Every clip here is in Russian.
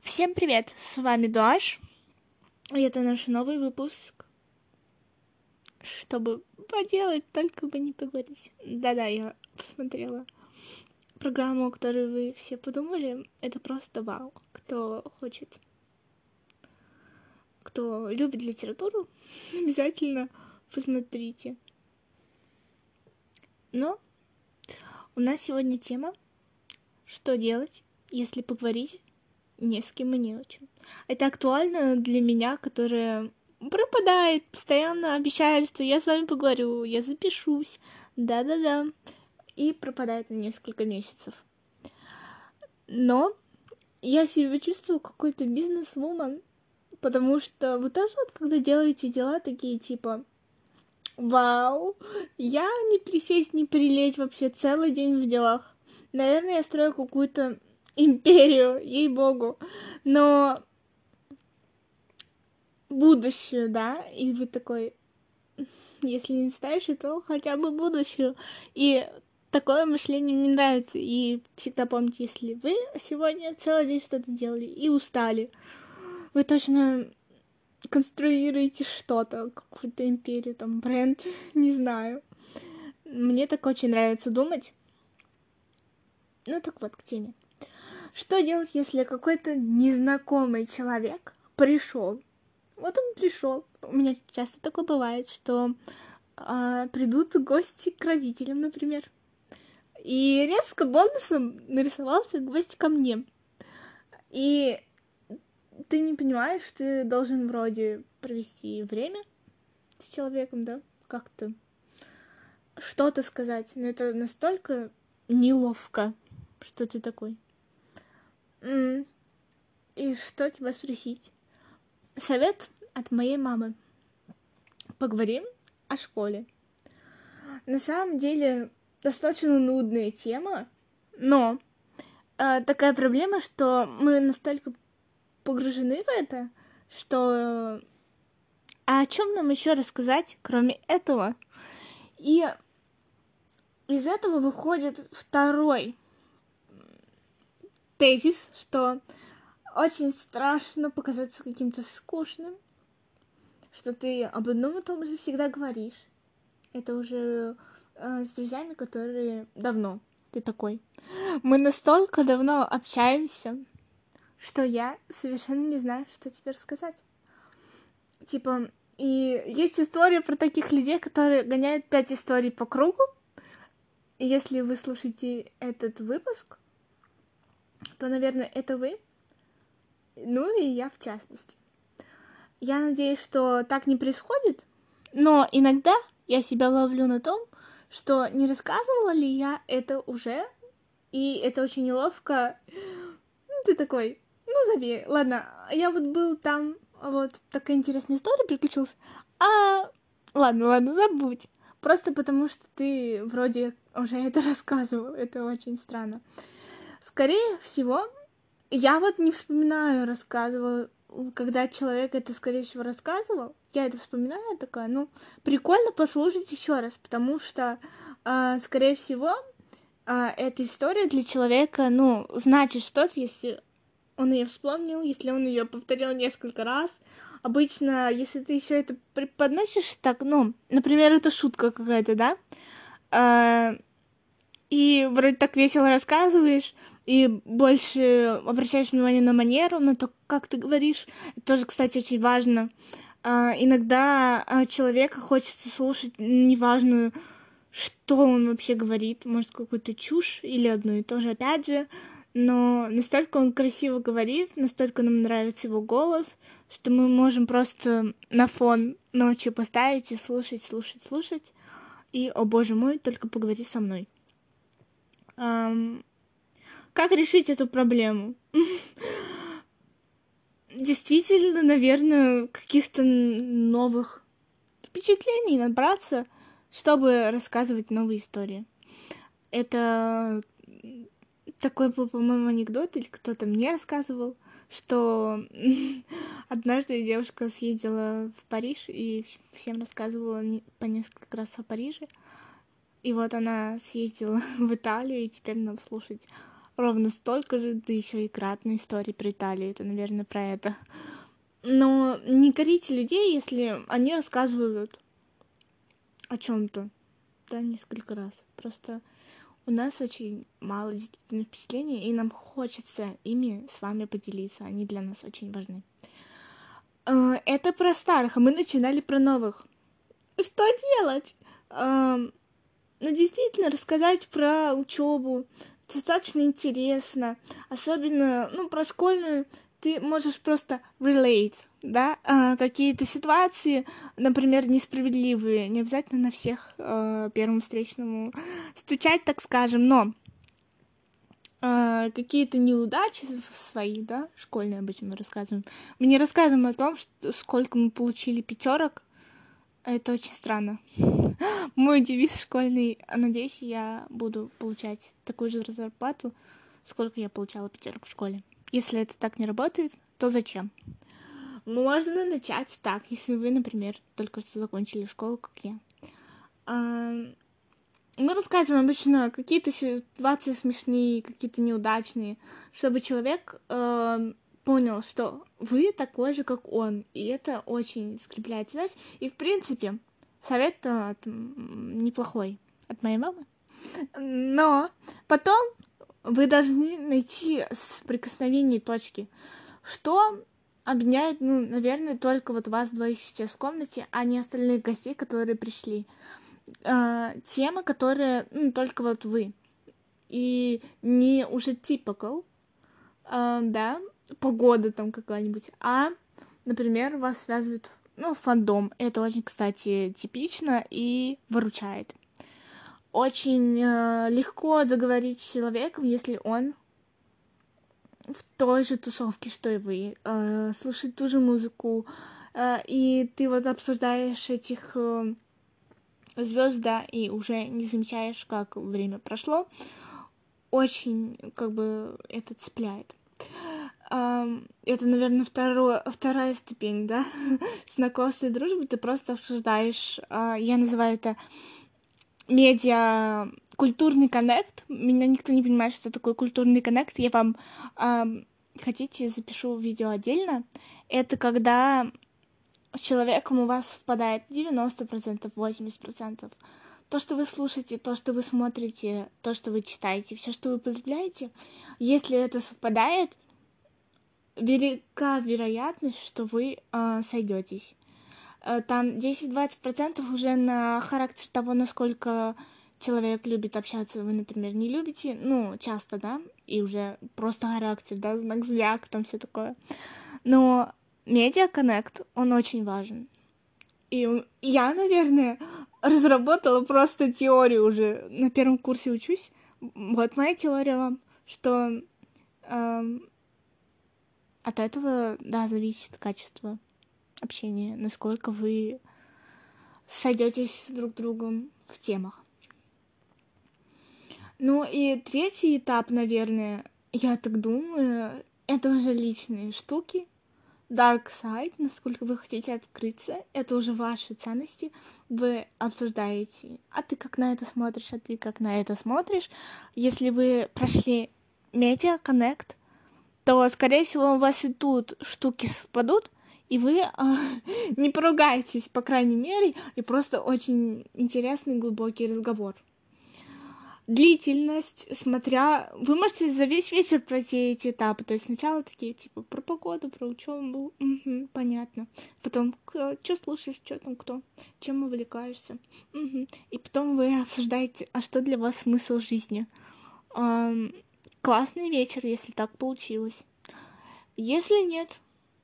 Всем привет, с вами Дуаш, и это наш новый выпуск. Чтобы поделать, только бы не поговорить. Да-да, я посмотрела программу, о которой вы все подумали. Это просто вау. Кто любит литературу, обязательно посмотрите. Но у нас сегодня тема «Что делать, если поговорить не с кем и не о чем». Это актуально для меня, которая пропадает, постоянно обещает, что я с вами поговорю, я запишусь, да-да-да, и пропадает на несколько месяцев. Но я себя чувствую какой-то бизнес-вумен, потому что вы тоже вот когда делаете дела такие типа «Вау, я не присесть, не прилечь вообще целый день в делах». Наверное, я строю какую-то империю, ей-богу, но будущее, да, и вы такой, если не настоящее, то хотя бы будущее. И такое мышление мне нравится. И всегда помните, если вы сегодня целый день что-то делали и устали, вы точно конструируете что-то, какую-то империю, там, бренд, не знаю. Мне так очень нравится думать. Ну так вот, к теме. Что делать, если какой-то незнакомый человек пришел? Вот он пришел. У меня часто такое бывает, что придут гости к родителям, например. И резко бонусом нарисовался гость ко мне. И ты не понимаешь, ты должен вроде провести время с человеком, да, как-то что-то сказать. Но это настолько неловко, что ты такой. И что тебя спросить? Совет от моей мамы. Поговорим о школе. На самом деле, достаточно нудная тема, но такая проблема, что мы настолько погружены в это, что о чем нам еще рассказать, кроме этого? И из этого выходит второй тезис, что очень страшно показаться каким-то скучным, что ты об одном и том же всегда говоришь. Это уже с друзьями, которые давно. Ты такой. Мы настолько давно общаемся, что я совершенно не знаю, что тебе рассказать. Типа, и есть история про таких людей, которые гоняют 5 историй по кругу. И если вы слушаете этот выпуск, то, наверное, это вы. Ну и я в частности. Я надеюсь, что так не происходит, но иногда я себя ловлю на том, что не рассказывала ли я это уже, и это очень неловко. Ну, ты такой, ну, забей, ладно, я вот был там, вот такая интересная история приключилась, а ладно, забудь. Просто потому, что ты вроде уже это рассказывал, это очень странно. Скорее всего, я вот не вспоминаю, рассказывал, когда человек это, скорее всего, рассказывал, я это вспоминаю, такая, ну, прикольно послушать еще раз, потому что, скорее всего, эта история для человека, ну, значит что-то, если он ее вспомнил, если он ее повторил несколько раз. Обычно, если ты еще это преподносишь так, ну, например, это шутка какая-то, да, и вроде так весело рассказываешь, и больше обращаешь внимание на манеру, на то, как ты говоришь. Это тоже, кстати, очень важно. Иногда человека хочется слушать, неважно, что он вообще говорит, может, какую-то чушь или одно и то же, опять же, но настолько он красиво говорит, настолько нам нравится его голос, что мы можем просто на фон ночью поставить и слушать, и, о боже мой, только поговори со мной. Как решить эту проблему? Действительно, наверное, каких-то новых впечатлений набраться, чтобы рассказывать новые истории. Это такой был, по-моему, анекдот, или кто-то мне рассказывал, что однажды девушка съездила в Париж и всем рассказывала по несколько раз о Париже. И вот она съездила в Италию, и теперь нам слушать ровно столько же, да еще и кратные истории про Италию, это, наверное, про это. Но не корите людей, если они рассказывают о чем-то, да, несколько раз. Просто у нас очень мало действительно впечатлений, и нам хочется ими с вами поделиться, они для нас очень важны. Это про старых, а мы начинали про новых. Что делать? Ну, действительно, рассказать про учебу достаточно интересно. Особенно, ну, про школьную ты можешь просто relate, да, какие-то ситуации, например, несправедливые. Не обязательно на всех первому встречному стучать, так скажем, но какие-то неудачи свои, да, школьные обычно мы рассказываем. Мы не рассказываем о том, сколько мы получили пятерок. Это очень странно. Мой девиз школьный. Надеюсь, я буду получать такую же зарплату, сколько я получала пятерок в школе. Если это так не работает, то зачем? Можно начать так, если вы, например, только что закончили школу, как я. Мы рассказываем обычно какие-то ситуации смешные, какие-то неудачные, чтобы человек понял, что вы такой же, как он, и это очень скрепляет связь. И, в принципе, совет неплохой от моей мамы. Но потом вы должны найти соприкосновение точки, что объединяет, ну, наверное, только вот вас двоих сейчас в комнате, а не остальных гостей, которые пришли. Тема, которая, ну, только вот вы. И не уже typical, да, погода там какая-нибудь, а, например, вас связывает, ну, фандом. Это очень, кстати, типично и выручает. Очень легко заговорить с человеком, если он в той же тусовке, что и вы, слушает ту же музыку, и ты вот обсуждаешь этих звезд, да, и уже не замечаешь, как время прошло. Очень, как бы, это цепляет. Это, наверное, вторая ступень, да, знакомства и дружбы. Ты просто обсуждаешь, я называю это медиа культурный коннект. Меня никто не понимает, что такое культурный коннект. Я вам, хотите, запишу видео отдельно. Это когда с человеком у вас впадает 90%, 80%. То, что вы слушаете, то, что вы смотрите, то, что вы читаете, все, что вы потребляете, если это совпадает, велика вероятность, что вы сойдетесь. Там 10-20% уже на характер того, насколько человек любит общаться, вы, например, не любите, ну, часто, да, и уже просто характер, да, знак зодиака, там все такое. Но медиа-коннект, он очень важен. И я, наверное, разработала просто теорию уже. На первом курсе учусь. Вот моя теория вам, что от этого, да, зависит качество общения, насколько вы сойдетесь друг с другом в темах. Ну и третий этап, наверное, я так думаю, это уже личные штуки. Dark side, насколько вы хотите открыться, это уже ваши ценности, вы обсуждаете, а ты как на это смотришь, а ты как на это смотришь. Если вы прошли Media Connect, то, скорее всего, у вас и тут штуки совпадут, и вы не поругаетесь, по крайней мере, и просто очень интересный глубокий разговор. Длительность, смотря... Вы можете за весь вечер пройти эти этапы. То есть сначала такие, типа, про погоду, про учебу, понятно. Потом, что слушаешь, что там, кто, чем увлекаешься. И потом вы обсуждаете, а что для вас смысл жизни. Классный вечер, если так получилось. Если нет,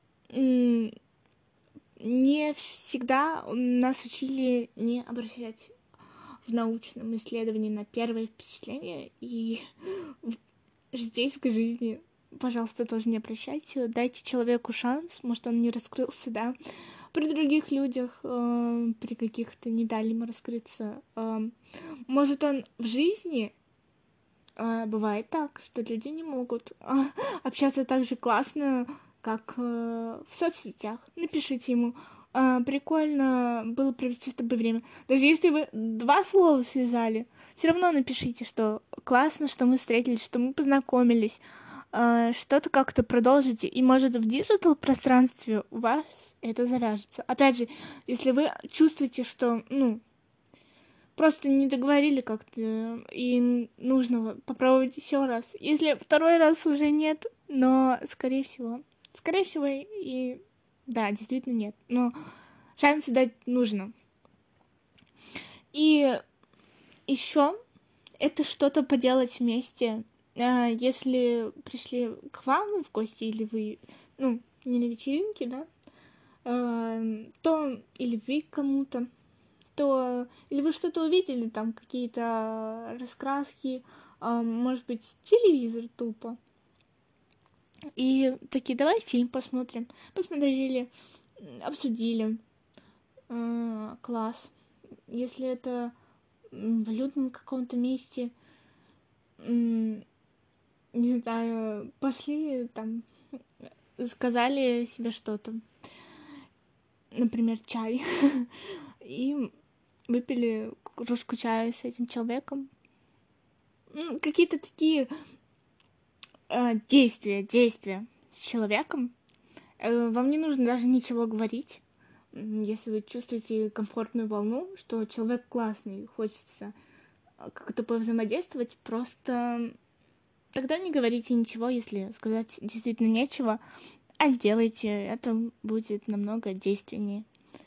не всегда нас учили не обращать в научном исследовании на первое впечатление, и в житейской жизни, пожалуйста, тоже не обращайте, дайте человеку шанс, может, он не раскрылся, да, при других людях, при каких-то не дали ему раскрыться, может, он в жизни, бывает так, что люди не могут общаться так же классно, как в соцсетях. Напишите ему, прикольно было провести с тобой время. Даже если вы 2 слова связали, все равно напишите, что классно, что мы встретились, что мы познакомились, что-то как-то продолжите, и может в диджитал пространстве у вас это завяжется. Опять же, если вы чувствуете, что, просто не договорили как-то, и нужно попробовать еще раз. Если второй раз уже нет, но скорее всего, и да, действительно нет, но шансы дать нужно. И еще это что-то поделать вместе. Если пришли к вам в гости, или вы, не на вечеринке, да, то или вы к кому-то, то или вы что-то увидели, там какие-то раскраски, может быть, телевизор тупо. И такие, давай фильм посмотрим. Посмотрели, обсудили. Класс. Если это в людном каком-то месте, не знаю, пошли там, заказали себе что-то, например, чай, и выпили кружку чая с этим человеком. Какие-то такие действия с человеком. Вам не нужно даже ничего говорить. Если вы чувствуете комфортную волну, что человек классный, хочется как-то повзаимодействовать, просто тогда не говорите ничего, если сказать действительно нечего, а сделайте, это будет намного действеннее.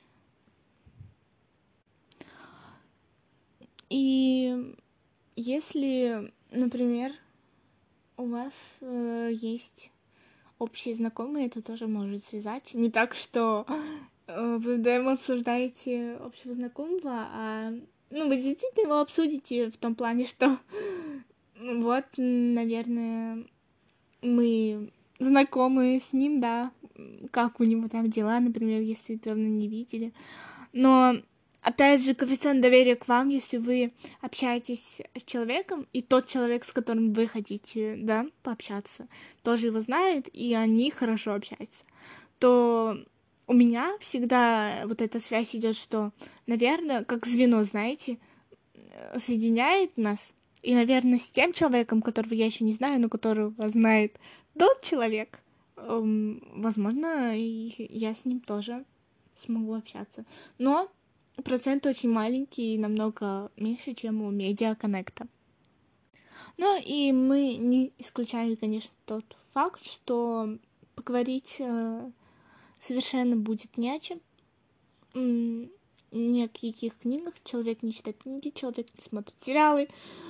И если, например, у вас есть общие знакомые, это тоже может связать. Не так, что вы вдвоем обсуждаете общего знакомого, а вы действительно его обсудите в том плане, что вот, наверное, мы знакомы с ним, да, как у него там дела, например, если давно не видели. Но, опять же, коэффициент доверия к вам, если вы общаетесь с человеком, и тот человек, с которым вы хотите, да, пообщаться, тоже его знает, и они хорошо общаются, то у меня всегда вот эта связь идет, что, наверное, как звено, знаете, соединяет нас. И, наверное, с тем человеком, которого я еще не знаю, но которого знает тот человек, возможно, я с ним тоже смогу общаться. Но процент очень маленький и намного меньше, чем у медиаконнекта. Ну и мы не исключаем, конечно, тот факт, что поговорить совершенно будет не о чем. Ни о каких книгах. Человек не читает книги, человек не смотрит сериалы.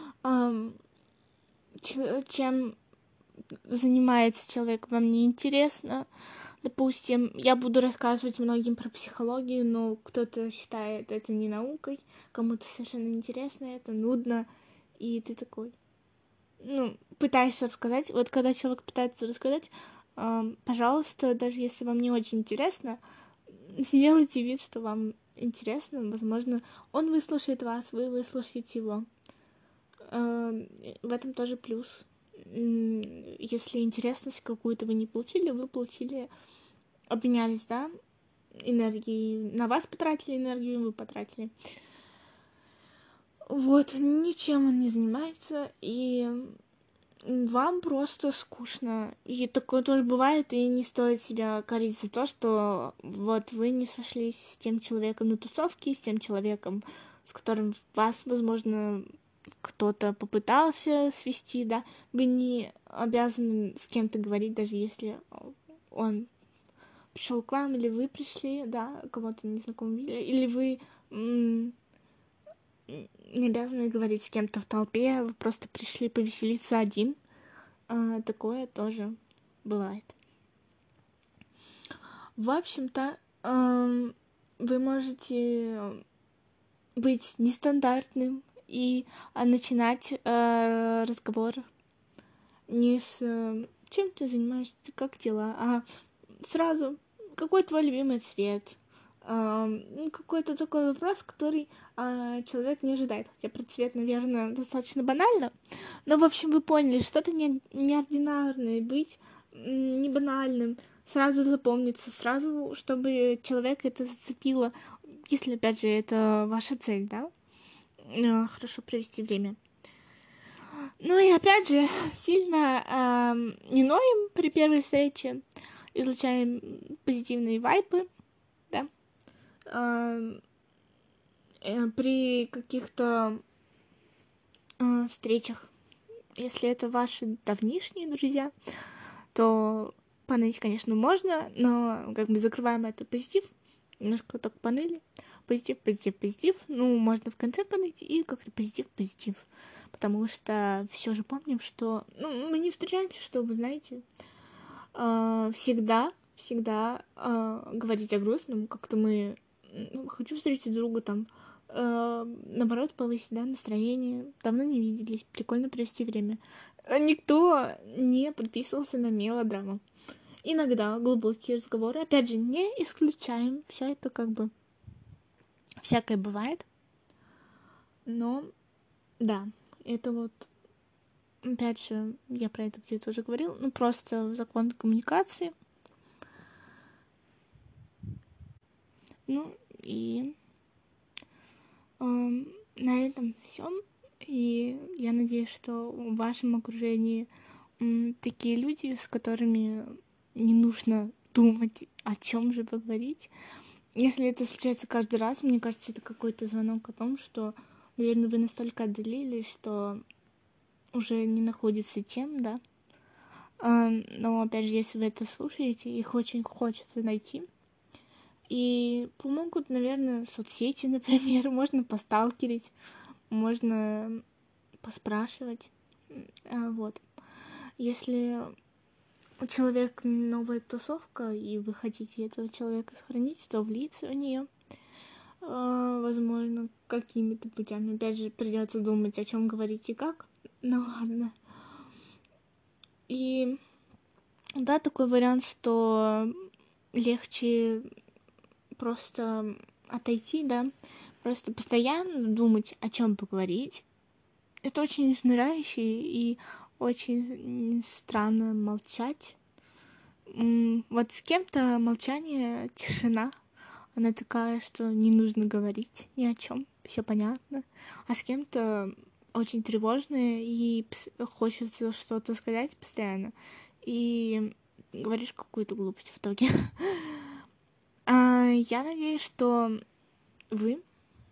Чем занимается человек, вам не интересно. Допустим, я буду рассказывать многим про психологию, но кто-то считает это не наукой, кому-то совершенно неинтересно, это нудно, и ты такой, пытаешься рассказать. Вот когда человек пытается рассказать, пожалуйста, даже если вам не очень интересно, сделайте вид, что вам интересно. Возможно, он выслушает вас, вы выслушаете его. В этом тоже плюс. Если интересность какую-то вы не получили, вы получили, обменялись, да, энергией. На вас потратили энергию, вы потратили. Вот, ничем он не занимается, и вам просто скучно. И такое тоже бывает, и не стоит себя корить за то, что вот вы не сошлись с тем человеком на тусовке, с тем человеком, с которым вас, возможно, кто-то попытался свести, да. Вы не обязаны с кем-то говорить, даже если он пришел к вам, или вы пришли, да, кого-то незнакомого видели, или вы не обязаны говорить с кем-то в толпе, вы просто пришли повеселиться один. Такое тоже бывает. В общем-то, вы можете быть нестандартным и начинать разговор не с чем ты занимаешься, как дела, а сразу какой твой любимый цвет, какой-то такой вопрос, который человек не ожидает. Хотя про цвет, наверное, достаточно банально. Но, в общем, вы поняли, что-то неординарное быть не банальным, сразу запомнится, сразу, чтобы человек это зацепило, если, опять же, это ваша цель, да, хорошо провести время. Ну и опять же, сильно не ноем при первой встрече, излучаем позитивные вайбы, да, при каких-то встречах, если это ваши давнишние друзья, то поныть, конечно, можно, но как бы закрываем это позитив, немножко так поныли, позитив, позитив, позитив, ну, можно в конце поныть и как-то позитив, позитив, потому что все же помним, что, ну, мы не встречаемся, чтобы, знаете, всегда говорить о грустном, как-то мы, хочу встретить друга там, наоборот, повысить, да, настроение, давно не виделись, прикольно провести время. Никто не подписывался на мелодраму. Иногда глубокие разговоры, опять же, не исключаем, все это как бы всякое бывает, но да, это вот, опять же, я про это где-то уже говорил, ну просто закон коммуникации. Ну и на этом все. И я надеюсь, что в вашем окружении такие люди, с которыми не нужно думать, о чем же поговорить. Если это случается каждый раз, мне кажется, это какой-то звонок о том, что, наверное, вы настолько отдалились, что уже не находится тем, да. Но, опять же, если вы это слушаете, их очень хочется найти. И помогут, наверное, соцсети, например, можно посталкерить, можно поспрашивать. Вот. Если у человека новая тусовка, и вы хотите этого человека сохранить, то влиться в нее, возможно, какими-то путями. Опять же, придется думать, о чем говорить и как. Ну ладно. И да, такой вариант, что легче просто отойти, да, просто постоянно думать, о чем поговорить. Это очень изнуряюще и очень странно молчать. Вот с кем-то молчание, тишина, она такая, что не нужно говорить ни о чем, все понятно. А с кем-то очень тревожное и хочется что-то сказать постоянно. И говоришь какую-то глупость в итоге. Я надеюсь, что вы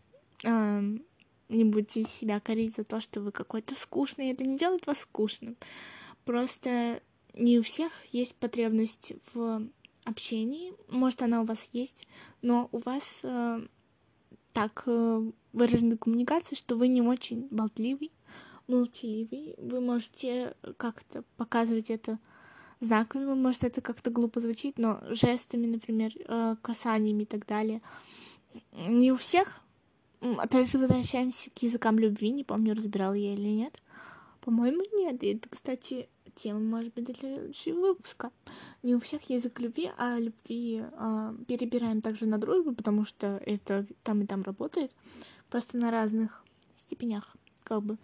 не будете себя корить за то, что вы какой-то скучный. Это не делает вас скучным. Просто не у всех есть потребность в общении. Может, она у вас есть, но у вас так выражена коммуникация, что вы не очень болтливый, молчаливый. Вы можете как-то показывать это знаками, может, это как-то глупо звучит, но жестами, например, касаниями и так далее. Не у всех. Опять же, возвращаемся к языкам любви. Не помню, разбирала я или нет. По-моему, нет. И это, кстати, тема, может быть, для следующего выпуска. Не у всех язык любви, а любви перебираем также на дружбу, потому что это там и там работает. Просто на разных степенях, как бы.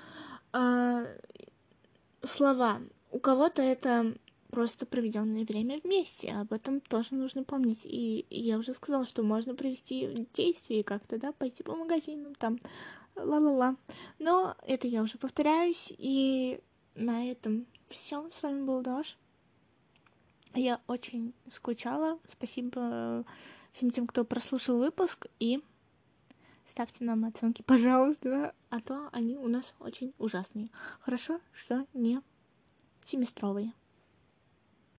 Слова. У кого-то это просто проведенное время вместе. Об этом тоже нужно помнить. И я уже сказала, что можно провести в действии как-то, да, пойти по магазинам, там, ла-ла-ла. Но это я уже повторяюсь. И на этом все. С вами был Даш. Я очень скучала. Спасибо всем тем, кто прослушал выпуск. И ставьте нам оценки, пожалуйста, а то они у нас очень ужасные. Хорошо, что не семестровые.